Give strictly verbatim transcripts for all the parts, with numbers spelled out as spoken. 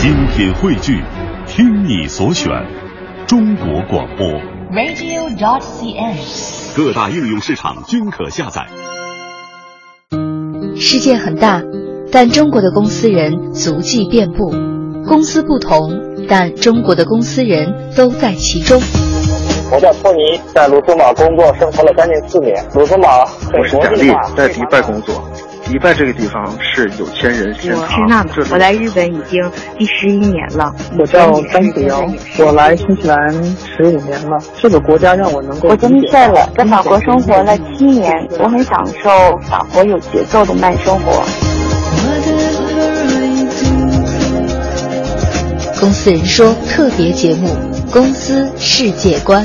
精品汇聚，听你所选，中国广播 radio dot c n， 各大应用市场均可下载。 世界很大，但中国的公司人足迹遍布；公司不同，但中国的公司人都在其中。 我叫托尼，在鲁斯马工作生活了将近四年。鲁斯马很国际化。 在迪拜工作。迪拜这个地方是有钱人天堂。 我是娜娜，我来日本已经第十一年了。 我叫张子瑶，我来新西兰十五年了。这个国家让我能够。 我经历了，在法国生活了七年，我很享受法国有节奏的慢生活。 公司人说特别节目《公司世界观》。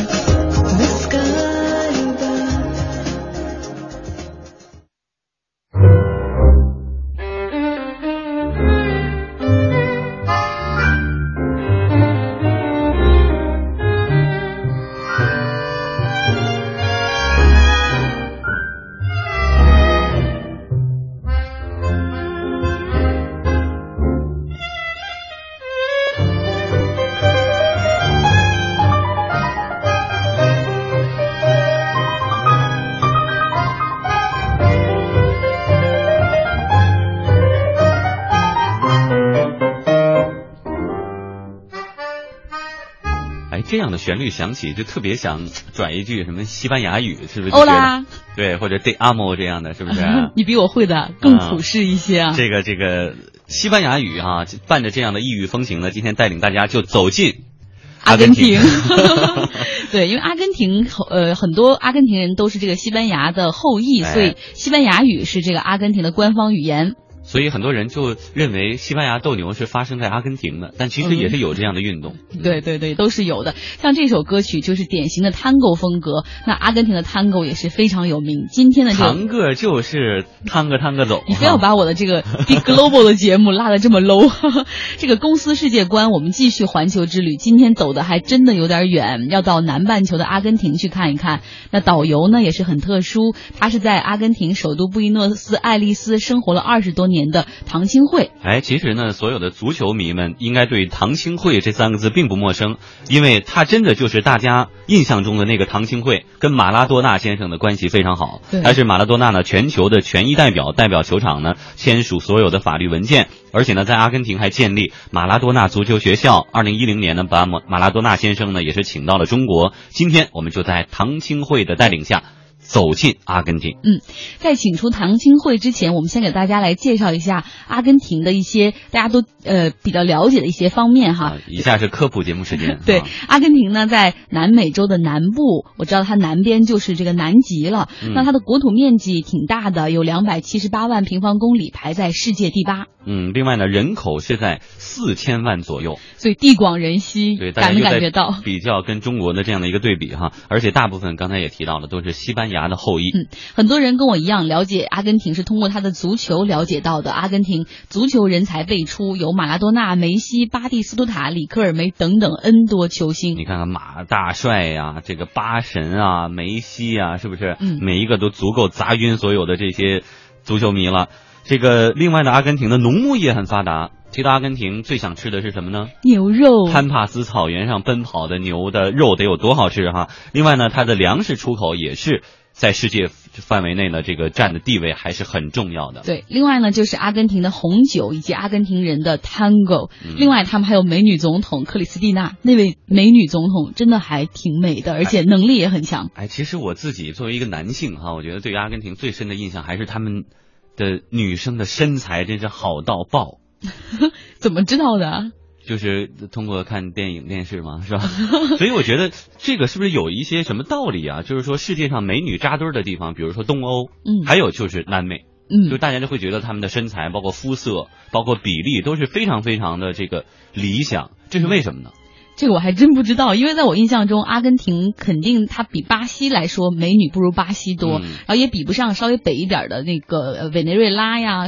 这样的旋律响起，就特别想转一句什么西班牙语，是不是？ 欧啦， 对，或者 de amo 这样的，是不是？ 你比我会的更普世一些啊。 嗯、这个这个西班牙语啊，伴着这样的异域风情呢，今天带领大家就走进阿根廷。对，因为阿根廷呃很多阿根廷人都是这个西班牙的后裔， 哎、 所以西班牙语是这个阿根廷的官方语言。 所以很多人就认为西班牙斗牛是发生在阿根廷的，但其实也是有这样的运动。 嗯、对对对，都是有的。像这首歌曲就是典型的探戈风格，那阿根廷的探戈也是非常有名。今天的这个探戈就是探戈探戈走。 你非要把我的这个 Big Global 的节目拉得这么 low， 这个公司世界观，我们继续环球之旅。今天走的还真的有点远，要到南半球的阿根廷去看一看。那导游呢也是很特殊，他是在阿根廷首都布宜诺斯艾利斯生活了二十多年的唐清慧。 哎，其实呢，所有的足球迷们应该对唐清慧这三个字并不陌生，因为他真的就是大家印象中的那个唐清慧，跟马拉多纳先生的关系非常好。他是马拉多纳呢全球的权益代表，代表球场呢签署所有的法律文件，而且呢在阿根廷还建立马拉多纳足球学校。二零一零年呢，把马拉多纳先生呢也是请到了中国。今天我们就在唐清慧的带领下走进阿根廷。 嗯，在请出唐清慧之前，我们先给大家来介绍一下阿根廷的一些大家都呃比较了解的一些方面哈。 啊、以下是科普节目时间。 对、 啊， 阿根廷呢在南美洲的南部，我知道它南边就是这个南极了。嗯、那它的国土面积挺大的，有两百七十八万平方公里，排在世界第八。 嗯，另外呢，人口是在四千万左右， 所以地广人稀， 对， 感没感觉到？ 比较跟中国的这样的一个对比哈，而且大部分刚才也提到了，都是西班牙的后裔。 嗯，很多人跟我一样了解阿根廷是通过他的足球了解到的。阿根廷足球人才辈出，有马拉多纳、梅西、巴蒂斯图塔、里克尔梅等等 N 多球星。 你看看马大帅呀、啊，这个巴神啊，梅西啊，是不是？ 嗯， 每一个都足够砸晕所有的这些足球迷了。这个另外呢，阿根廷的农牧业很发达。提到阿根廷，最想吃的是什么呢？ 牛肉。潘帕斯草原上奔跑的牛的肉得有多好吃哈！另外呢，它的粮食出口也是在世界范围内呢，这个占的地位还是很重要的。 对，另外呢，就是阿根廷的红酒以及阿根廷人的 Tango、嗯。另外，他们还有美女总统克里斯蒂娜，那位美女总统真的还挺美的，而且能力也很强。 哎，其实我自己作为一个男性哈，我觉得对于阿根廷最深的印象还是他们的女生的身材真是好到爆。 怎么知道的？ 就是通过看电影电视嘛，是吧？所以我觉得这个是不是有一些什么道理啊？就是说世界上美女扎堆的地方，比如说东欧， 嗯， 还有就是南美， 嗯， 就大家就会觉得他们的身材，包括肤色，包括比例都是非常非常的这个理想，这是为什么呢？ 这个我还真不知道，因为在我印象中，阿根廷肯定它比巴西来说美女不如巴西多， 嗯、 然后也比不上稍微北一点的那个委内瑞拉呀，还有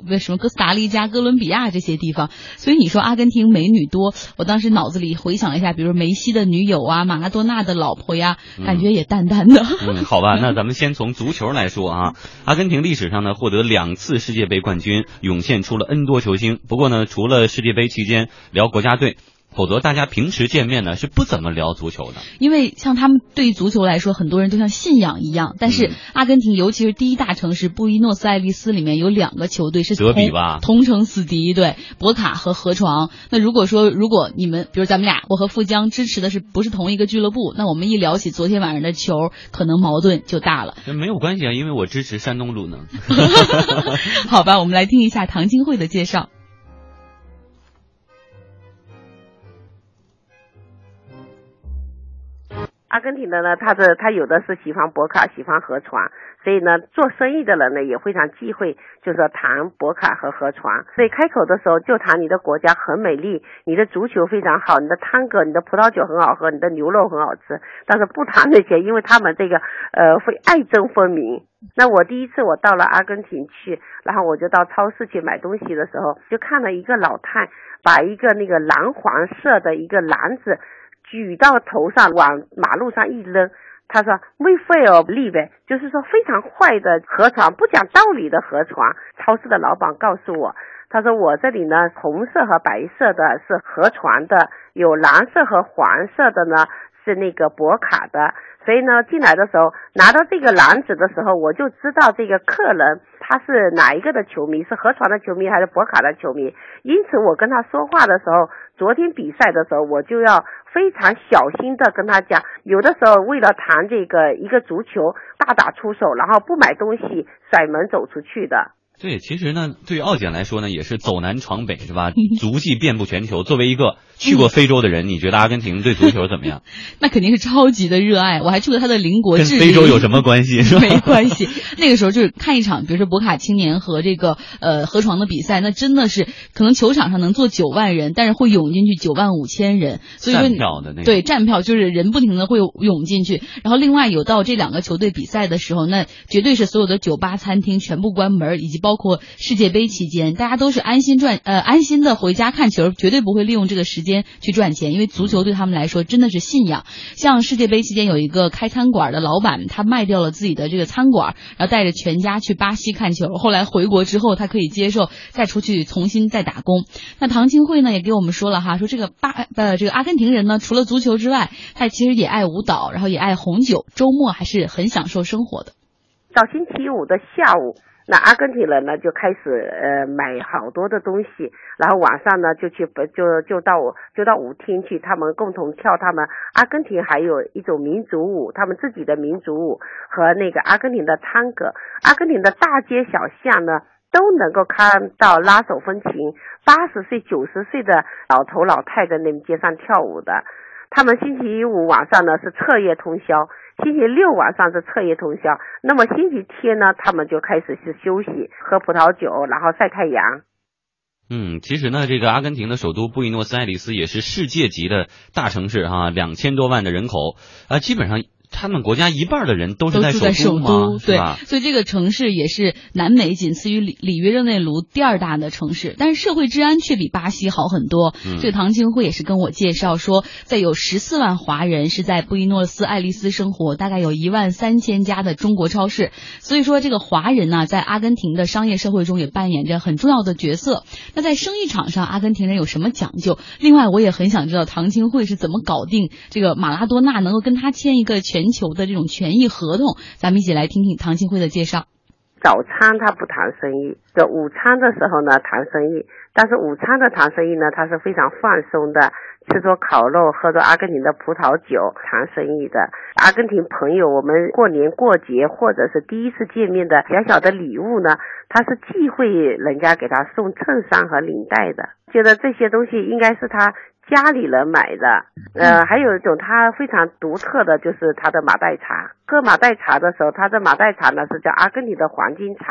什么哥斯达黎加、哥伦比亚这些地方。所以你说阿根廷美女多，我当时脑子里回想了一下，比如梅西的女友啊，马拉多纳的老婆呀，感觉也淡淡的。 嗯，嗯好吧，那咱们先从足球来说啊，阿根廷历史上呢获得两次世界杯冠军，涌现出了 N 多球星。不过呢，除了世界杯期间聊国家队，否则大家平时见面呢是不怎么聊足球的。 因为像他们对于足球来说，很多人都像信仰一样。但是阿根廷，尤其是第一大城市布宜诺斯艾利斯里面有两个球队是德比吧， 同城死敌，对，博卡和河床。那如果说如果你们，比如咱们俩，我和富江支持的是不是同一个俱乐部，那我们一聊起昨天晚上的球，可能矛盾就大了。 没有关系啊，因为我支持山东鲁能。 好吧，我们来听一下唐金慧的介绍。 阿根廷的呢，他的他有的是喜欢博卡，喜欢河床，所以呢，做生意的人呢也非常忌讳，就是说谈博卡和河床。所以开口的时候就谈你的国家很美丽，你的足球非常好，你的汤格、你的葡萄酒很好喝，你的牛肉很好吃，但是不谈那些，因为他们这个呃会爱憎分明。那我第一次我到了阿根廷去，然后我就到超市去买东西的时候，就看了一个老太把一个那个蓝黄色的一个篮子举到头上往马路上一扔，他说 We fail live， 就是说非常坏的河床，不讲道理的河床。超市的老板告诉我，他说我这里呢红色和白色的是河床的，有蓝色和黄色的呢是那个博卡的。所以呢进来的时候拿到这个篮子的时候，我就知道这个客人他是哪一个的球迷，是河床的球迷还是博卡的球迷。因此我跟他说话的时候，昨天比赛的时候我就要非常小心的跟他讲，有的时候为了谈这个一个足球大打出手，然后不买东西甩门走出去的。 对，其实呢，对于奥姐来说呢，也是走南闯北，是吧？足迹遍布全球。作为一个去过非洲的人，你觉得阿根廷对足球怎么样？ 那肯定是超级的热爱。我还去过他的邻国智利， 跟非洲有什么关系？是吧？ 没关系。那个时候就是看一场，比如说博卡青年和这个呃河床的比赛，那真的是可能球场上能坐九万人，但是会涌进去九万五千人。所以说站票的那个对站票就是人不停的会涌进去。然后另外有到这两个球队比赛的时候，那绝对是所有的酒吧、餐厅全部关门，以及包括世界杯期间，大家都是安心赚呃安心的回家看球，绝对不会利用这个时间去赚钱，因为足球对他们来说真的是信仰。像世界杯期间有一个开餐馆的老板，他卖掉了自己的这个餐馆，然后带着全家去巴西看球，后来回国之后他可以接受再出去重新再打工。那唐金慧呢也给我们说了哈，说这个巴呃这个阿根廷人呢，除了足球之外，他其实也爱舞蹈，然后也爱红酒，周末还是很享受生活的。 到星期五的下午，那阿根廷人呢就开始呃买好多的东西，然后晚上呢就去就就到就到舞厅去，他们共同跳他们阿根廷还有一种民族舞，他们自己的民族舞和那个阿根廷的探戈。阿根廷的大街小巷呢都能够看到拉手风琴八十岁九十岁的老头老太在那街上跳舞的。他们星期五晚上呢是彻夜通宵，星期六晚上是彻夜通宵，那么星期天呢他们就开始是休息，喝葡萄酒，然后晒太阳。 嗯，其实呢，这个阿根廷的首都布宜诺斯艾利斯也是世界级的大城市哈，两千多万的人口啊、呃，基本上他们国家一半的人都是在首都首都， 对， 所以这个城市也是南美仅次于里里约热内卢第二大的城市，但是社会治安却比巴西好很多。嗯、这个唐清辉也是跟我介绍说，在有十四万华人是在布宜诺斯艾利斯生活，大概有一万三千家的中国超市，所以说这个华人呢，在阿根廷的商业社会中也扮演着很重要的角色。那在生意场上，阿根廷人有什么讲究？另外，我也很想知道唐清辉是怎么搞定这个马拉多纳能够跟他签一个全球的这种权益合同。咱们一起来听听唐清辉的介绍。 早餐他不谈生意，这午餐的时候呢谈生意，但是午餐的谈生意呢他是非常放松的，吃着烤肉，喝着阿根廷的葡萄酒谈生意的。阿根廷朋友我们过年过节或者是第一次见面的小小的礼物呢，他是忌讳人家给他送衬衫和领带的，觉得这些东西应该是他家里人买的。呃，还有一种他非常独特的就是他的马黛茶。喝马黛茶的时候，他的马黛茶呢是叫阿根廷的黄金茶，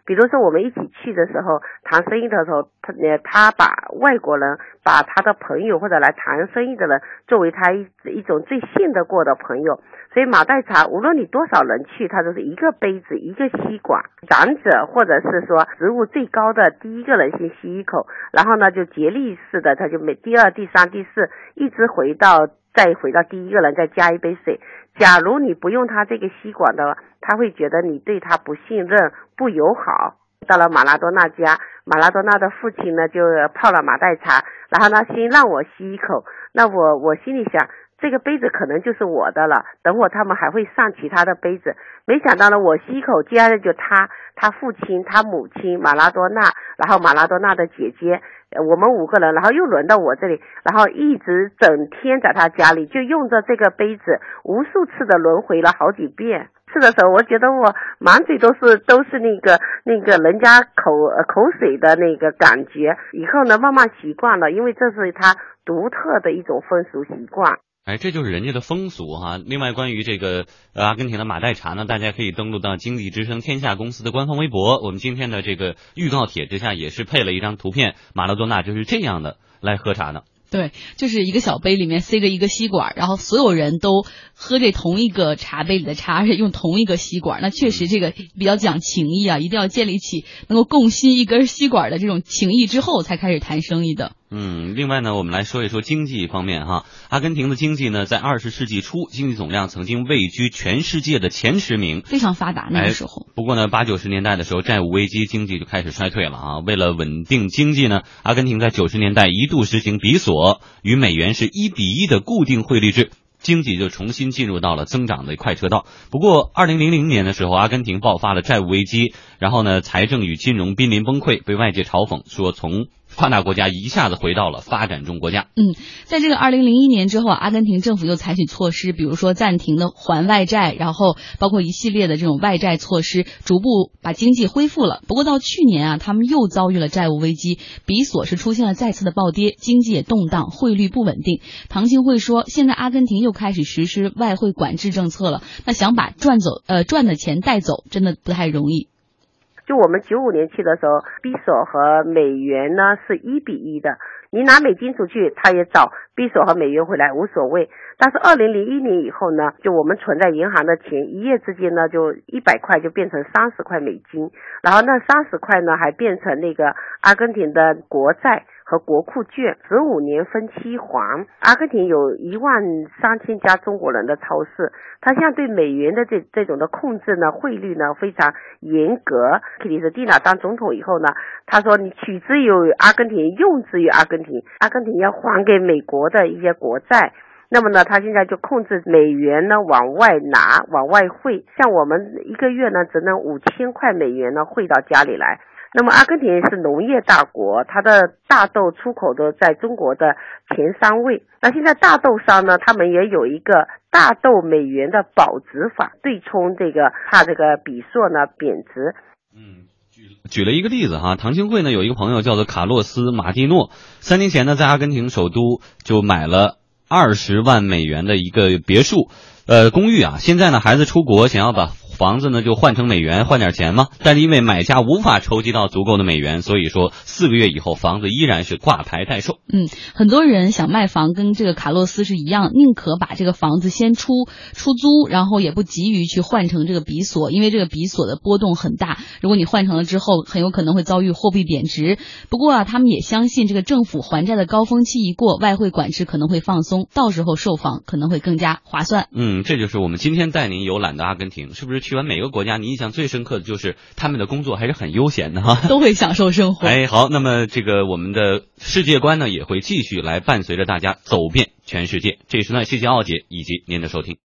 比如说我们一起去的时候谈生意的时候，他他把外国人把他的朋友或者来谈生意的人作为他一一种最信得过的朋友，所以马代茶无论你多少人去，它都是一个杯子一个吸管，长者或者是说职务最高的第一个人先吸一口，然后呢就接力式的，他就每第二第三第四一直回到再回到第一个人再加一杯水。假如你不用他这个吸管的，他会觉得你对他不信任不友好。到了马拉多纳家，马拉多纳的父亲呢就泡了马代茶，然后呢先让我吸一口，那我我心里想这个杯子可能就是我的了，等会他们还会上其他的杯子。没想到呢我吸一口，接下来就他他父亲他母亲马拉多纳，然后马拉多纳的姐姐，我们五个人，然后又轮到我这里，然后一直整天在他家里就用着这个杯子无数次的轮回了好几遍。吃的时候我觉得我满嘴都是都是那个那个人家口口水的那个感觉，以后呢慢慢习惯了，因为这是他独特的一种风俗习惯。 哎，这就是人家的风俗哈。另外，关于这个呃阿根廷的马代茶呢，大家可以登录到经济之声天下公司的官方微博。我们今天的这个预告帖之下也是配了一张图片，马拉多纳就是这样的来喝茶呢。 对，就是一个小杯里面塞着一个吸管，然后所有人都喝这同一个茶杯里的茶，而且用同一个吸管。那确实这个比较讲情谊啊，一定要建立起能够共吸一根吸管的这种情谊之后才开始谈生意的。 嗯，另外呢，我们来说一说经济方面哈。阿根廷的经济呢，在二十世纪初，经济总量曾经位居全世界的前十名， 非常发达那个时候。 哎、不过呢，八九十年代的时候，债务危机，经济就开始衰退了啊。为了稳定经济呢，阿根廷在九十年代一度实行比索，与美元是一比一的固定汇率制。经济就重新进入到了增长的快车道。不过二零零零年的时候，阿根廷爆发了债务危机，然后呢，财政与金融濒临崩溃，被外界嘲讽说从发达国家一下子回到了发展中国家。 嗯，在这个二零零一年之后，阿根廷政府又采取措施，比如说暂停的还外债，然后包括一系列的这种外债措施，逐步把经济恢复了。不过到去年啊，他们又遭遇了债务危机，比索是出现了再次的暴跌，经济也动荡，汇率不稳定。唐庆慧说，现在阿根廷又开始实施外汇管制政策了，那想把赚走呃赚的钱带走，真的不太容易。 就我们九五年去的时候，比索和美元呢是一比一的，你拿美金出去，他也找比索和美元回来无所谓。但是二零零一年以后呢，就我们存在银行的钱，一夜之间呢就一百块就变成三十块美金，然后那三十块呢还变成那个阿根廷的国债和国库券，十五年分期还。阿根廷有一万三千家中国人的超市，它现在对美元的这这种的控制呢，汇率呢非常严格。克里斯蒂娜当总统以后呢，他说你取之于阿根廷，用之于阿根廷，阿根廷要还给美国的一些国债。那么呢，他现在就控制美元呢往外拿，往外汇。像我们一个月呢只能五千块美元呢汇到家里来。那么阿根廷是农业大国，它的大豆出口都在中国的前三位。那现在大豆商呢，他们也有一个大豆美元的保值法，对冲这个怕这个比索呢贬值。 嗯，举了一个例子哈，唐庆慧呢有一个朋友叫做卡洛斯马蒂诺，三年前呢在阿根廷首都就买了二十万美元的一个别墅，呃，公寓啊。现在呢，孩子出国想要把房子呢就换成美元，换点钱嘛。但是因为买家无法筹集到足够的美元，所以说四个月以后房子依然是挂牌待售。 嗯，很多人想卖房跟这个卡洛斯是一样，宁可把这个房子先出出租，然后也不急于去换成这个比索，因为这个比索的波动很大，如果你换成了之后，很有可能会遭遇货币贬值。不过啊，他们也相信这个政府还债的高峰期一过，外汇管制可能会放松，到时候售房可能会更加划算。 嗯，这就是我们今天带您游览的阿根廷，是不是去完每个国家你印象最深刻的就是他们的工作还是很悠闲的哈， 都会享受生活。 哎，好，那么这个我们的世界观呢也会继续来伴随着大家走遍全世界。这一时段谢谢奥姐以及您的收听。